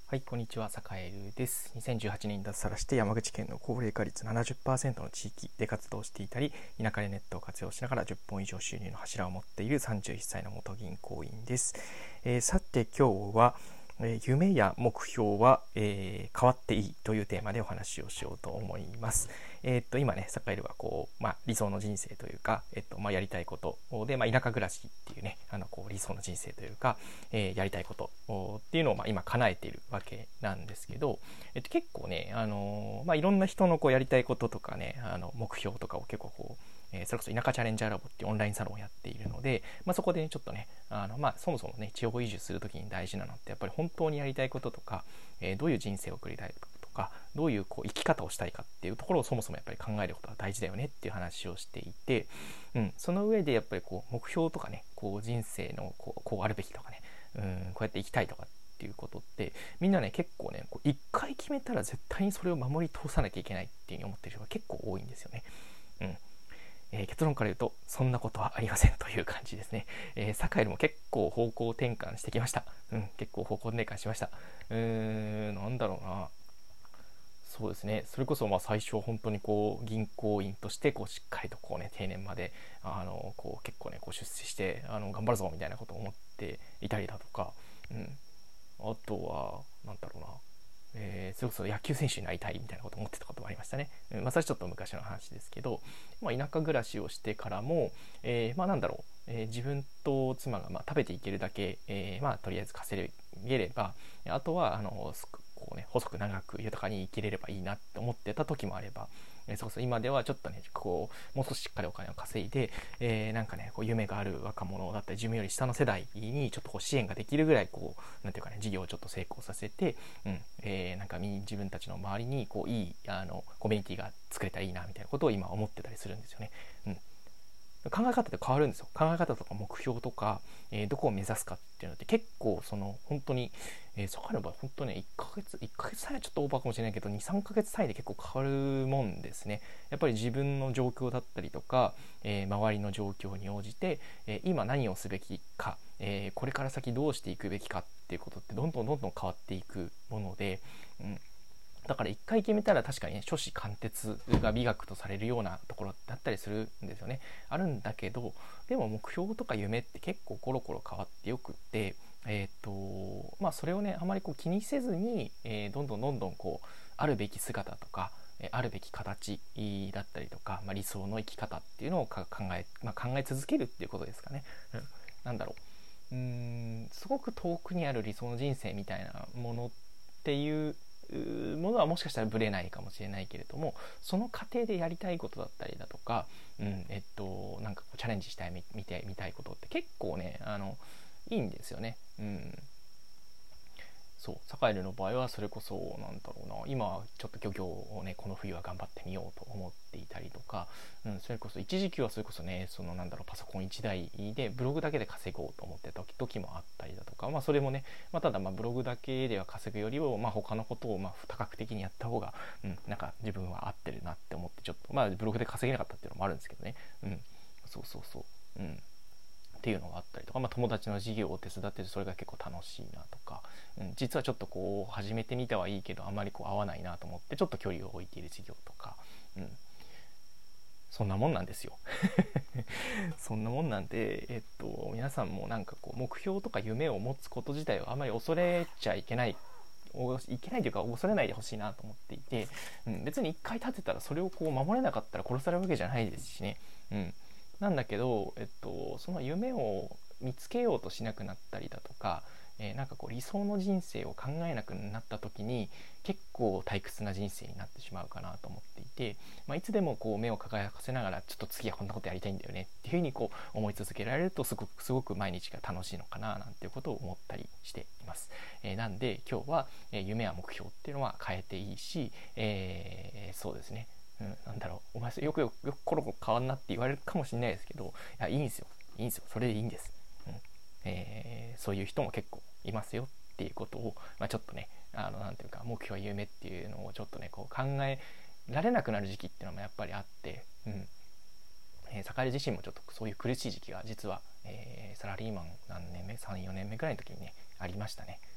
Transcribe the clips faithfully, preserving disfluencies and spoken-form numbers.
はい、こんにちは、坂井流です。にせんじゅうはちねんに脱サラして山口県の高齢化率 ななじゅっパーセント の地域で活動していたり、田舎でネットを活用しながらじゅっぽん以上収入の柱を持っているさんじゅういっさいの元銀行員です。えー、さて今日は、えー、夢や目標は、えー、変わっていいというテーマでお話をしようと思います。えー、っと今ね、坂井流はこう、まあ、理想の人生というか、えっとまあ、やりたいことで、まあ、田舎暮らしっていうね、あのこう理想の人生というか、えー、やりたいことっていうのをまあ今叶えているわけなんですけど、えっと、結構ね、あのーまあ、いろんな人のこうやりたいこととかね、あの目標とかを結構こう、えー、それこそ田舎チャレンジャーラボっていうオンラインサロンをやっているので、まあ、そこで、ね、ちょっとねあの、まあ、そもそもね地方移住するときに大事なのってやっぱり本当にやりたいこととか、えー、どういう人生を送りたいとか、どういうこう生き方をしたいかっていうところをそもそもやっぱり考えることが大事だよねっていう話をしていて、うん、その上でやっぱりこう目標とかね、こう人生のこう、こうあるべきとかね、うん、こうやって生きたいとかっていうことってみんなね結構ねこう一回決めたら絶対にそれを守り通さなきゃいけないっていうふうに思ってる人が結構多いんですよね。うんえー、結論から言うとそんなことはありませんという感じですね。えー、坂井も結構方向転換してきました。うん、結構方向転換しました。うーん、なんだろうな。そうですね、それこそまあ最初本当にこう銀行員としてこうしっかりとこう、ね、定年まであのこう結構ねこう出世してあの頑張るぞみたいなことを思っていたりだとか、うん、あとはなんだろうな、えー、それこそ野球選手になりたいみたいなことを思ってたこともありましたね。うん、まあ、それはちょっと昔の話ですけど、まあ、田舎暮らしをしてからも、えー、まあなんだろう、えー、自分と妻がまあ食べていけるだけ、えー、まあとりあえず稼げれば、あとはあのこうね細く長く豊かに生きれればいいなって思ってた時もあれば、えー、そうそう今ではちょっとねこうもう少ししっかりお金を稼いで、えー、なんかねこう夢がある若者だったり自分より下の世代にちょっとこう支援ができるぐらいこうなんていうかね事業をちょっと成功させて、うんえー、なんか自分たちの周りにこういいあのコミュニティが作れたらいいなみたいなことを今思ってたりするんですよね。うん考え方って変わるんですよ。考え方とか目標とか、えー、どこを目指すかっていうのって結構その本当に、えー、そこの場合本当ねいっかげついっかげつ単位はちょっとオーバーかもしれないけど にさんかげつ単位で結構変わるもんですね。やっぱり自分の状況だったりとか、えー、周りの状況に応じて、えー、今何をすべきか、えー、これから先どうしていくべきかっていうことってどんどんどんどん変わっていくもので、うんだから一回決めたら確かにね初子貫徹が美学とされるようなところだったりするんですよね。あるんだけどでも目標とか夢って結構コロコロ変わってよくってえっ、ー、とまあそれをねあまりこう気にせずに、えー、どんどんどんどんこうあるべき姿とかあるべき形だったりとか、まあ、理想の生き方っていうのを考え、まあ、考え続けるっていうことですかね。うん、なんだろううーんすごく遠くにある理想の人生みたいなものっていうものはもしかしたらぶれないかもしれないけれどもその過程でやりたいことだったりだとか、うんえっと、なんかこうチャレンジしたいみ見てみたいことって結構ねあのいいんですよね。うんそうサカエルの場合はそれこそなんだろうな今ちょっと漁業をねこの冬は頑張ってみようと思っていたりとか、うん、それこそ一時期はそれこそねそのなんだろうパソコンいちだいでブログだけで稼ごうと思ってた時もあったりだとか、まあ、それもね、まあ、ただまあブログだけでは稼ぐよりも、まあ、他のことをまあ多角的にやった方が、うん、なんか自分は合ってるなって思ってちょっとまあブログで稼げなかったっていうのもあるんですけどね、うん、そうそうそう、うんっていうのがあったりとか、まあ、友達の授業を手伝っててそれが結構楽しいなとか、うん、実はちょっとこう始めてみたはいいけどあまりこう合わないなと思ってちょっと距離を置いている授業とか、うん、そんなもんなんですよそんなもんなんで、えっと、皆さんもなんかこう目標とか夢を持つこと自体はあまり恐れちゃいけないいけないというか恐れないでほしいなと思っていて、うん、別に一回立てたらそれをこう守れなかったら殺されるわけじゃないですしね、うん、なんだけど、えっと、その夢を見つけようとしなくなったりだとか、えー、なんかこう理想の人生を考えなくなった時に結構退屈な人生になってしまうかなと思っていて、まあ、いつでもこう目を輝かせながらちょっと次はこんなことやりたいんだよねっていうふうにこう思い続けられるとすごくすごく毎日が楽しいのかななんていうことを思ったりしています。えー、なんで今日は、えー、夢や目標っていうのは変えていいし、えー、そうですねうん、なんだろうお前よくよくよくコロコロ変わんなって言われるかもしれないですけどいやいいんですよいいんですよそれでいいんです、うんえー、そういう人も結構いますよっていうことを、まあ、ちょっとねあのなんていうか目標や夢っていうのをちょっとねこう考えられなくなる時期っていうのもやっぱりあって、うんえー、坂井自身もちょっとそういう苦しい時期が実は、えー、サラリーマン何年目さん、よねんめくらいの時にねありましたね。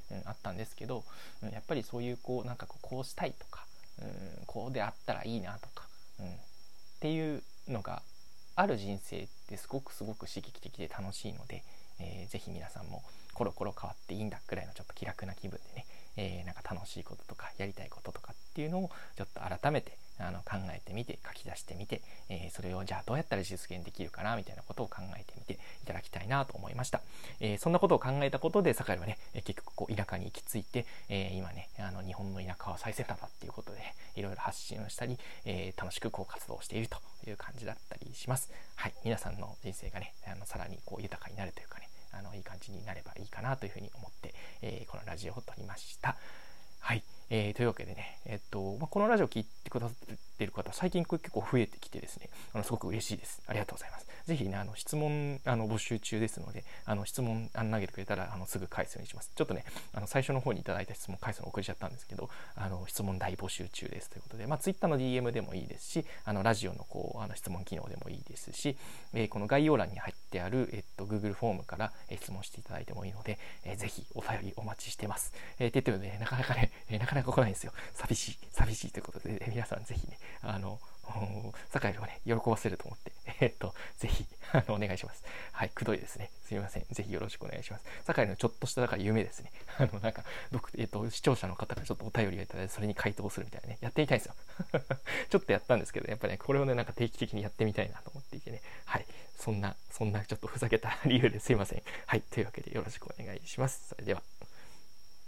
うん、あったんですけど、うん、やっぱりそういうこうなんかこう、こうしたいとか、うん、こうであったらいいなとか、うん、っていうのがある人生ってすごくすごく刺激的で楽しいので、えー、ぜひ皆さんもコロコロ変わっていいんだぐらいのちょっと気楽な気分でね、えー、なんか楽しいこととかやりたいこととかっていうのをちょっと改めてあの考えてみて書き出してみて、えー、それをじゃあどうやったら実現できるかなみたいなことを考えてみていただきたいなと思いました。えー、そんなことを考えたことで酒井はね、えー、結局こう田舎に行き着いて、えー、今ねあの日本の田舎は最先端だっていうことで、ね、いろいろ発信をしたり、えー、楽しくこう活動しているという感じだったりします。はい、皆さんの人生がねあのさらにこう豊かになるというかね、あのいい感じになればいいかなというふうに思って、えー、このラジオを撮りました。はい、えー、というわけでね、えっとまあ、このラジオ聞いてくださっている方最近結構増えてきてですね、あのすごく嬉しいです。ありがとうございます。ぜひねあの質問あの募集中ですので、あの質問あの投げてくれたらあのすぐ返すようにします。ちょっとねあの最初の方にいただいた質問返すの遅れちゃったんですけど、あの質問大募集中ですということで、まあ、Twitter の ディーエム でもいいですし、あのラジオのこうあの質問機能でもいいですし、えー、この概要欄に入ってある、えっと、Google フォームから、えー、質問していただいてもいいので、えー、ぜひお便りお待ちしてます。えー、って言ってもねなかなかね、えー、なかなか来ないんですよ。寂しい寂しいということで、皆さんぜひねあの酒井をね喜ばせると思ってえっとぜひあのお願いします。はい、くどいですね、すみません。ぜひよろしくお願いします。酒井のちょっとしただから夢ですね。あのなんかえっと視聴者の方がちょっとお便りをいただいてそれに回答するみたいなね、やってみたいんですよちょっとやったんですけど、やっぱりねこれをねなんか定期的にやってみたいなと思っていてね、はい、そんなそんなちょっとふざけた理由ですいません。はい、というわけでよろしくお願いします。それでは。